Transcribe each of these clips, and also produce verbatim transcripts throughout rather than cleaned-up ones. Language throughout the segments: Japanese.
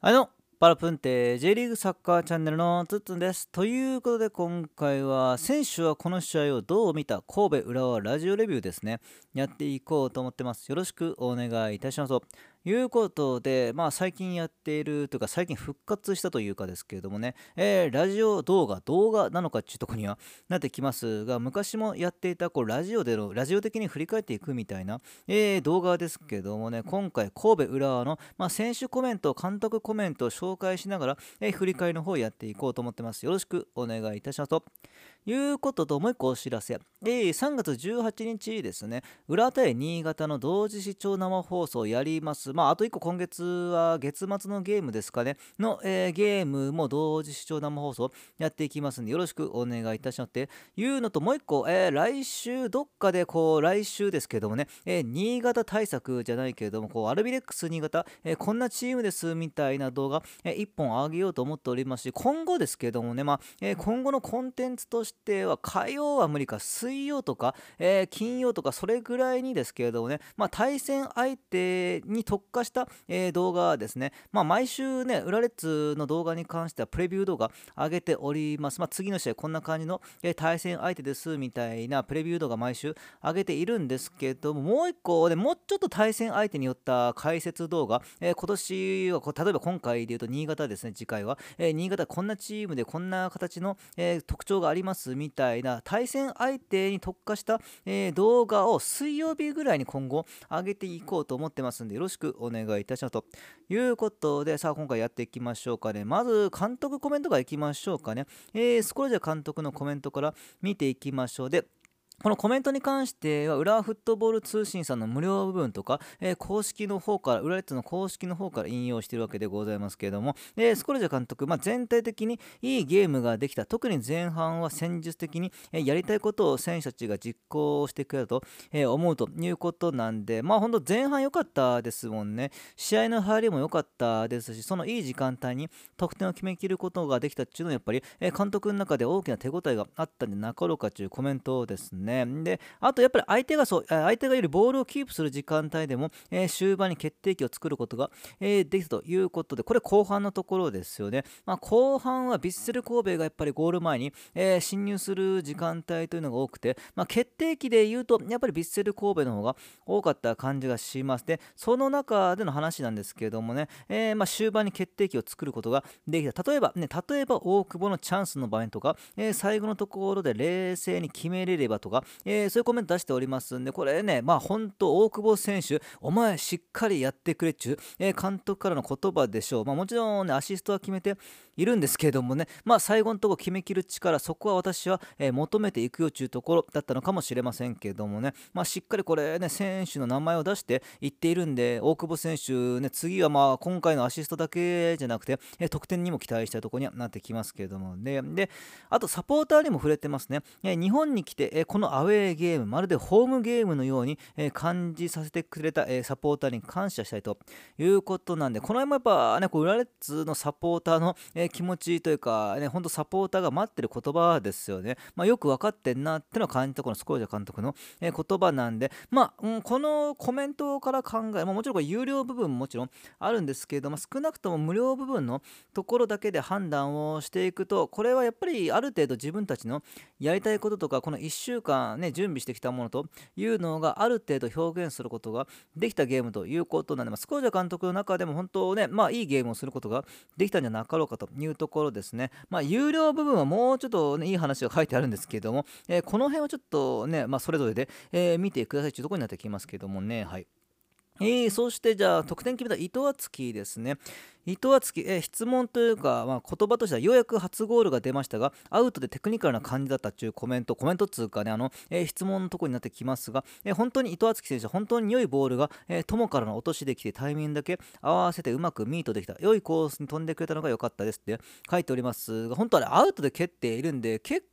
あの、パラプンテ J リーグサッカーチャンネルのツッツンです。ということで今回は選手はこの試合をどう見た神戸浦和ラジオレビューですね。やっていこうと思ってます。よろしくお願いいたします。ということで、まあ最近やっているというか最近復活したというかですけれどもね、えーラジオ動画、動画なのかっていうところにはなってきますが、昔もやっていたこうラジオでの、ラジオ的に振り返っていくみたいな、えー動画ですけどもね、今回神戸浦和の、まあ、選手コメント、監督コメントを紹介しながら、えー振り返りの方やっていこうと思ってます。よろしくお願いいたしますと。いうことと、もう一個お知らせ。えーさんがつじゅうはちにちですね、浦和対新潟の同時視聴生放送をやります。まあ、あといっこ今月は月末のゲームですかね、の、えーゲームも同時視聴生放送やっていきますんで、よろしくお願いいたしますっていうのと、もう一個、えー来週どっかでこう、来週ですけどもね、えー新潟対策じゃないけれども、こう、アルビレックス新潟、えーこんなチームですみたいな動画、えー、いっぽん上げようと思っておりますし、今後ですけどもね、まあ、えー今後のコンテンツとしては、火曜は無理か、水曜とか、えー金曜とか、それぐらいにですけれどもね、まあ、対戦相手に特化した、えー動画ですね、まあ、毎週ね、裏レッズの動画に関しては、プレビュー動画上げております。まあ、次の試合、こんな感じの、えー対戦相手ですみたいなプレビュー動画毎週上げているんですけども、もう一個でもうちょっと対戦相手によった解説動画、えー今年はこう例えば今回で言うと新潟ですね、次回は、えー新潟はこんなチームでこんな形の、えー特徴がありますみたいな対戦相手に特化した、えー動画を水曜日ぐらいに今後上げていこうと思ってますんで、よろしくお願いいたしますということで、さあ今回やっていきましょうかね。まず監督コメントからいきましょうかね。えースコルジャ監督のコメントから見ていきましょう。で、このコメントに関しては、浦和フットボール通信さんの無料部分とか、えー公式の方から、浦和レッズの公式の方から引用しているわけでございますけれども、えースコルジャ監督、まあ、全体的にいいゲームができた。特に前半は戦術的に、えーやりたいことを選手たちが実行してくれたと、えー思うということなんで、まあ本当前半良かったですもんね。試合の入りも良かったですし、そのいい時間帯に得点を決めきることができたっていうのはやっぱり、えー監督の中で大きな手応えがあったんでなかろうかというコメントですね。で、あとやっぱり相手がそう、相手がいるボールをキープする時間帯でも、えー終盤に決定機を作ることが、えーできたということで、これ後半のところですよね。まあ、後半はヴィッセル神戸がやっぱりゴール前に、えー侵入する時間帯というのが多くて、まあ、決定機で言うと、やっぱりヴィッセル神戸の方が多かった感じがします。で、その中での話なんですけれどもね、えーまあ終盤に決定機を作ることができた。例えば、ね、例えば大久保のチャンスの場面とか、えー最後のところで冷静に決めれればとか、えーそういうコメント出しておりますんで、これね、まあ本当、大久保選手、お前しっかりやってくれっちゅう、えー監督からの言葉でしょう。まあもちろんね、アシストは決めているんですけれどもね、まあ最後のところ決めきる力、そこは私は、えー求めていくよというところだったのかもしれませんけれどもね、まあしっかりこれね、選手の名前を出して言っているんで、大久保選手ね、次はまあ今回のアシストだけじゃなくて、えー得点にも期待したいところにはなってきますけれどもね。で、あとサポーターにも触れてますね。えー日本に来て、えーこのアウェーゲーム、まるでホームゲームのように、えー感じさせてくれた、えーサポーターに感謝したいということなんで、この辺もやっぱね、こう裏レッズのサポーターの、えー気持ちというか、ね、本当サポーターが待ってる言葉ですよね。まあ、よく分かってんなってのを感じたこのスコージャ監督の、えー言葉なんで、まあ、うん、このコメントから考え、まあ、もちろんこれ有料部分ももちろんあるんですけれども、少なくとも無料部分のところだけで判断をしていくと、これはやっぱりある程度自分たちのやりたいこととか、このいっしゅうかんね、準備してきたものというのがある程度表現することができたゲームということなんで、まあ、スコージャ監督の中でも本当ね、まあいいゲームをすることができたんじゃなかろうかというところですね。まあ有料部分はもうちょっとね、いい話が書いてあるんですけれども、えーこの辺はちょっとね、まあそれぞれで、えー見てくださいというところになってきますけどもね、はい。えー、そしてじゃあ得点決めた伊藤敦樹ですね。伊藤敦樹、えー質問というか、まあ、言葉としてはようやく初ゴールが出ましたが、アウトでテクニカルな感じだったっていうコメント、コメントっつうかね、あの、えー質問のところになってきますが、えー本当に伊藤敦樹選手、本当に良いボールが、えー友からの落としできてタイミングだけ合わせてうまくミートできた、良いコースに飛んでくれたのが良かったですって書いておりますが、本当あれアウトで蹴っているんで、結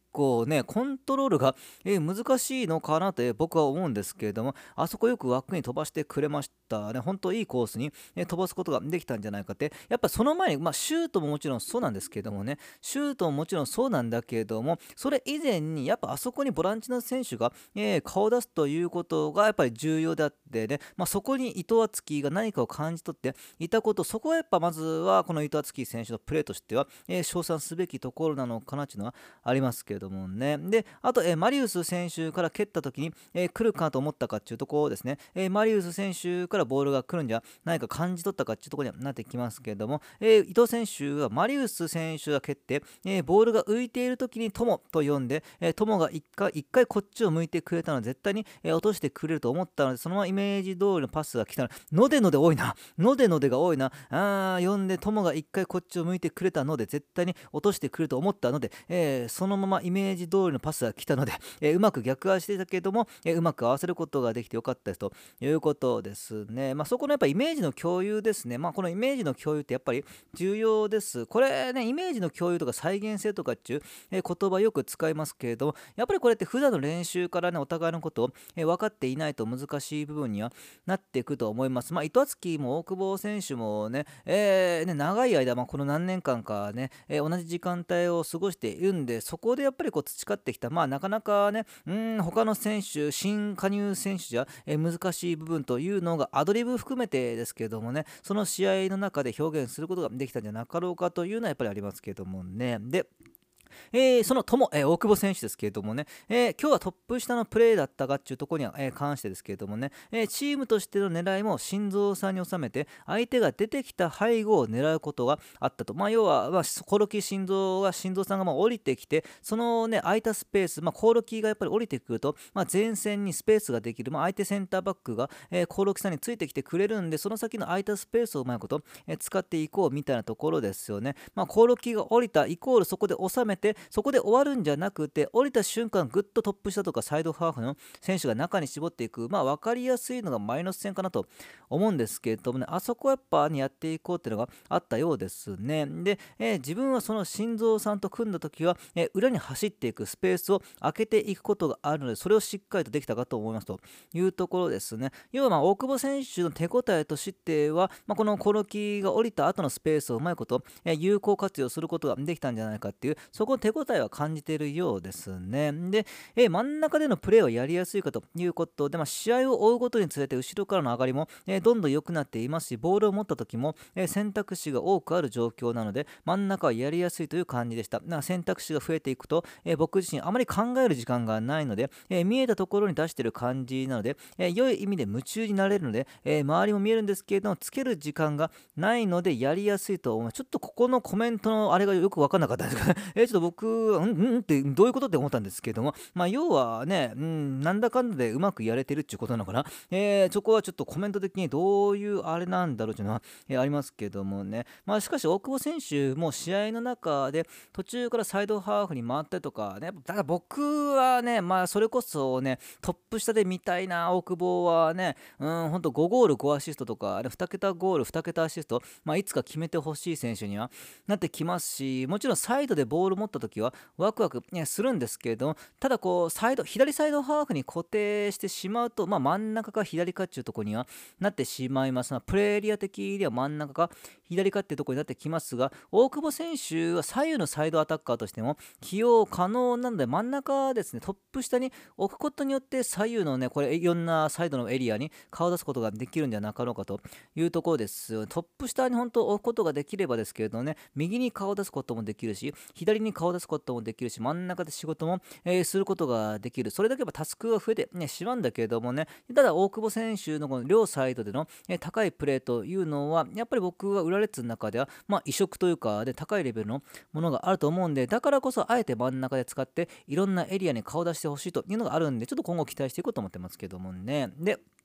構ねコントロールが、えー難しいのかなと、えー僕は思うんですけれども、あそこよく枠に飛ばしてくれましたね。本当いいコースに、えー飛ばすことができたんじゃないかって。やっぱその前に、まあ、シュートももちろんそうなんですけれどもね、シュートももちろんそうなんだけれども、それ以前にやっぱあそこにボランチの選手が、えー顔を出すということがやっぱり重要であってね、まあ、そこに伊藤敦樹が何かを感じ取っていたこと、そこはやっぱまずはこの伊藤敦樹選手のプレーとしては、えー称賛すべきところなのかなっていうのはありますけれどもね。で、あと、えーマリウス選手から蹴った時に、えー来るかと思ったかっていうところですね、えーマリウス選手からボールが来るんじゃないか感じ取ったかっていうところにはなってきますけれども、えー伊藤選手はマリウス選手が蹴って、えーボールが浮いている時に友と呼んで、えー友が一回一回こっちを向いてくれたので絶対に、えー落としてくれると思ったので、そのままイメージ通りのパスが来たの。のでので多いな、のでのでが多いな、あー呼んで友が一回こっちを向いてくれたので絶対に落としてくると思ったので、えーそのままイメージ通りのパスが来たので、えーうまく逆足してたけども、えーうまく合わせることができてよかったですということですね。まあ、そこのやっぱイメージの共有ですね。まあ、このイメージの共有ってやっぱり重要です。これね、イメージの共有とか再現性とかっていう、えー言葉よく使いますけれども、やっぱりこれって普段の練習からね、お互いのことを、えー分かっていないと難しい部分にはなっていくと思います。まあ、伊藤敦樹も大久保選手もね、えーね長い間、まあ、この何年間かね、えー同じ時間帯を過ごしているんで、そこでやっぱりこう培ってきた、まあ、なかなかね、うーん、他の選手、新加入選手じゃ、えー難しい部分というのがアドリブ含めてですけれどもね、その試合の中で表現することができたんじゃなかろうかというのはやっぱりありますけれどもね。で、えーその友、えー大久保選手ですけれどもね、えー今日はトップ下のプレーだったかっていうところには、えー関してですけれどもね、えーチームとしての狙いも心臓さんに収めて、相手が出てきた背後を狙うことがあったと。まあ、要は、まあ、コロキ心臓が、心臓さんがまあ降りてきて、そのね、空いたスペース、まあ、コロキがやっぱり降りてくると、まあ、前線にスペースができる、まあ、相手センターバックが、えーコロキさんについてきてくれるんで、その先の空いたスペースをうまいこと、えー使っていこうみたいなところですよね。まあ、コロキが降りたイコールそこで収めて、そこで終わるんじゃなくて、降りた瞬間ぐっとトップ下とかサイドハーフの選手が中に絞っていく、まあ、分かりやすいのがマイナス戦かなと思うんですけれどもね、あそこはやっぱ、ね、やっていこうっていうのがあったようですね。で、えー自分はその心臓さんと組んだ時は、えー裏に走っていくスペースを空けていくことがあるので、それをしっかりとできたかと思いますというところですね。要はまあ大久保選手の手応えとしては、まあ、このコロキが降りた後のスペースをうまいこと、えー有効活用することができたんじゃないかっていう、そこの手応えは感じているようですね。で、えー真ん中でのプレーはやりやすいかということで、まあ、試合を追うごとにつれて後ろからの上がりも、えーどんどん良くなっていますし、ボールを持った時も、えー選択肢が多くある状況なので、真ん中はやりやすいという感じでした。な選択肢が増えていくと、えー僕自身あまり考える時間がないので、えー見えたところに出している感じなので、えー良い意味で夢中になれるので、えー周りも見えるんですけれども、つける時間がないのでやりやすいと思います。ちょっとここのコメントのあれがよく分かんなかったんですけど、えーちょっと僕、うんうんってどういうことって思ったんですけども、まあ、要はね、うん、なんだかんだでうまくやれてるっていうことなのかな。えーそこはちょっとコメント的にどういうあれなんだろうっていうのは、えーありますけどもね。まあ、しかし、大久保選手も試合の中で途中からサイドハーフに回ったりとかね、だから僕はね、まあ、それこそね、トップ下で見たいな、大久保はね、うん、ほんとごゴールごアシストとか、ね、に桁ゴール、に桁アシスト、まあ、いつか決めてほしい選手にはなってきますし、もちろんサイドでボール持った時はワクワク、ね、するんですけれども、ただこうサイド左サイドハーフに固定してしまうと、まあ、真ん中か左かっていうところにはなってしまいます。まあプレーエリア的には真ん中か左かっていうところになってきますが、大久保選手は左右のサイドアタッカーとしても起用可能なので、真ん中ですね、トップ下に置くことによって左右のね、これいろんなサイドのエリアに顔を出すことができるんじゃなかろうかというところです。トップ下に本当置くことができればですけれどね、右に顔を出すこともできるし、左に顔を出すこともできるし、真ん中で仕事も、えーすることができる。それだけやっぱタスクが増えて、ね、しまうんだけれどもね、ただ大久保選手のこの両サイドでの、えー高いプレーというのは、やっぱり僕は浦レッズの中では、まあ、異色というか、で高いレベルのものがあると思うんで、だからこそあえて真ん中で使って、いろんなエリアに顔を出してほしいというのがあるんで、ちょっと今後期待していこうと思ってますけどもね。で、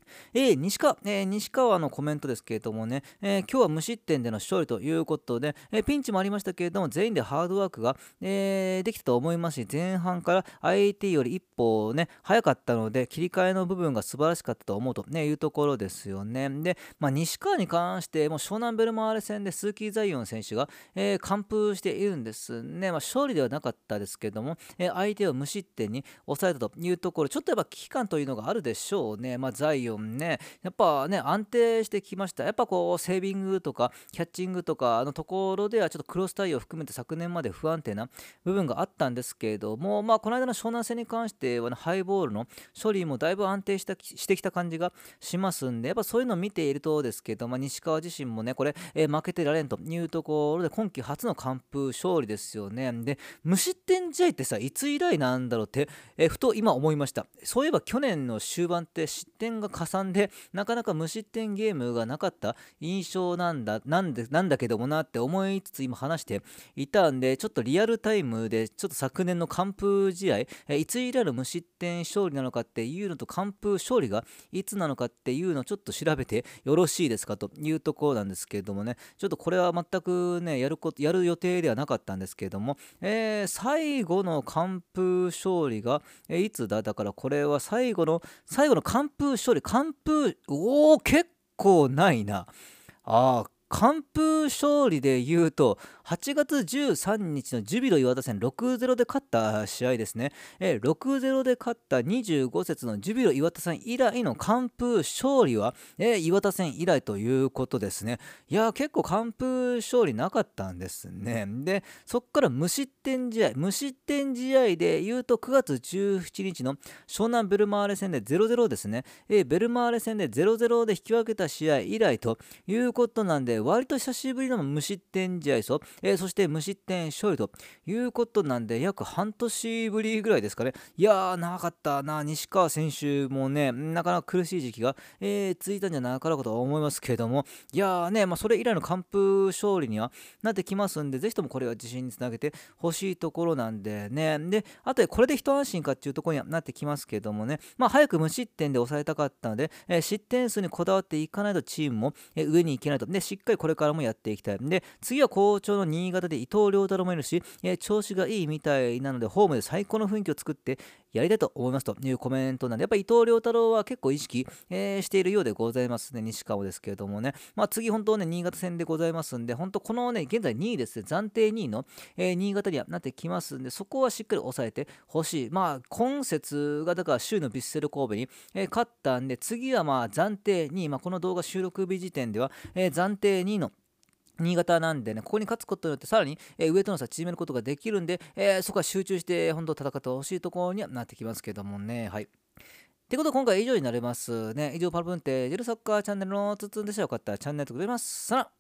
えー、西川、えー、西川のコメントですけれどもね、えー今日は無失点での勝利ということで、えーピンチもありましたけれども、全員でハードワークが、えーできたと思いますし、前半から相手より一歩ね、早かったので、切り替えの部分が素晴らしかったと思うと、ね、いうところですよね。で、まあ、西川に関して、もう湘南ベルマーレ戦で鈴木ザイオン選手が、えー完封しているんですね。まあ、勝利ではなかったですけども、えー相手を無失点に抑えたというところ、ちょっとやっぱ危機感というのがあるでしょうね。まあ、ザイオンね、やっぱね、安定してきました。やっぱこう、セービングとか、キャッチングとかのところでは、ちょっとクロス対応含めて昨年まで不安定な部分があったんですけれども、まあ、この間の湘南戦に関しては、ね、ハイボールの処理もだいぶ安定したしてきた感じがしますんで、やっぱそういうのを見ているとですけど、まあ、西川自身もね、これ、えー負けてられんというところで、今季初の完封勝利ですよね。で、無失点試合ってさ、いつ以来なんだろうって、えーふと今思いました。そういえば去年の終盤って失点がかさんで、なかなか無失点ゲームがなかった印象なんだ、なんで、なんだけどもなって思いつつ今話していたんで、ちょっとリアルタイムで、ちょっと昨年の完封試合、えーいつ以来の無失点勝利なのかっていうのと、完封勝利がいつなのかっていうのをちょっと調べてよろしいですかというところなんですけれどもね、ちょっとこれは全くね、やること、やる予定ではなかったんですけれども、えー最後の完封勝利が、えーいつだだからこれは最後の、最後の完封勝利、完封、おー、結構ないな。あー完封勝利で言うと、はちがつじゅうさんにちのジュビロ磐田戦ろくたいゼロで勝った試合ですね。えーろくたいゼロで勝ったにじゅうご節のジュビロ磐田戦以来の完封勝利は、えー磐田戦以来ということですね。いやー、結構完封勝利なかったんですね。で、そっから無失点試合、無失点試合で言うとくがつじゅうしちにちの湘南ベルマーレ戦でゼロたいゼロですね。えーベルマーレ戦でゼロたいゼロで引き分けた試合以来ということなんで、割と久しぶりの無失点試合そ、えーそして無失点勝利ということなんで、約半年ぶりぐらいですかね。いやー、長かったな。西川選手もね、なかなか苦しい時期が、えー続いたんじゃなかろうかと思いますけれども、いやーね、まあ、それ以来の完封勝利にはなってきますんで、ぜひともこれは自信につなげてほしいところなんでね。で、あとでこれで一安心かっていうところにはなってきますけどもね、まあ、早く無失点で抑えたかったので、えー失点数にこだわっていかないとチームも、えー上に行けないと。で、しっかりこれからもやっていきたい。で、次は好調の新潟で伊藤亮太郎もいるし、えー調子がいいみたいなので、ホームで最高の雰囲気を作ってやりたいと思いますというコメントなんで、やっぱり伊藤亮太郎は結構意識、えーしているようでございますね、西川ですけれどもね。まあ、次、本当ね、新潟戦でございますんで、本当、このね、現在にいですね、暫定にいの、えー新潟にはなってきますんで、そこはしっかり抑えてほしい。まあ、今節がだから首位のヴィッセル神戸に、えー勝ったんで、次はまあ暫定にい、まあ、この動画収録日時点では、えー暫定にいの新潟なんでね、ここに勝つことによってさらに、えー上との差を縮めることができるんで、えーそこは集中して本当戦ってほしいところにはなってきますけどもね。はい。ということで今回は以上になりますね。以上パルプンテジェルサッカーチャンネルのつつんでした。よかったらチャンネル登録お願いします。さら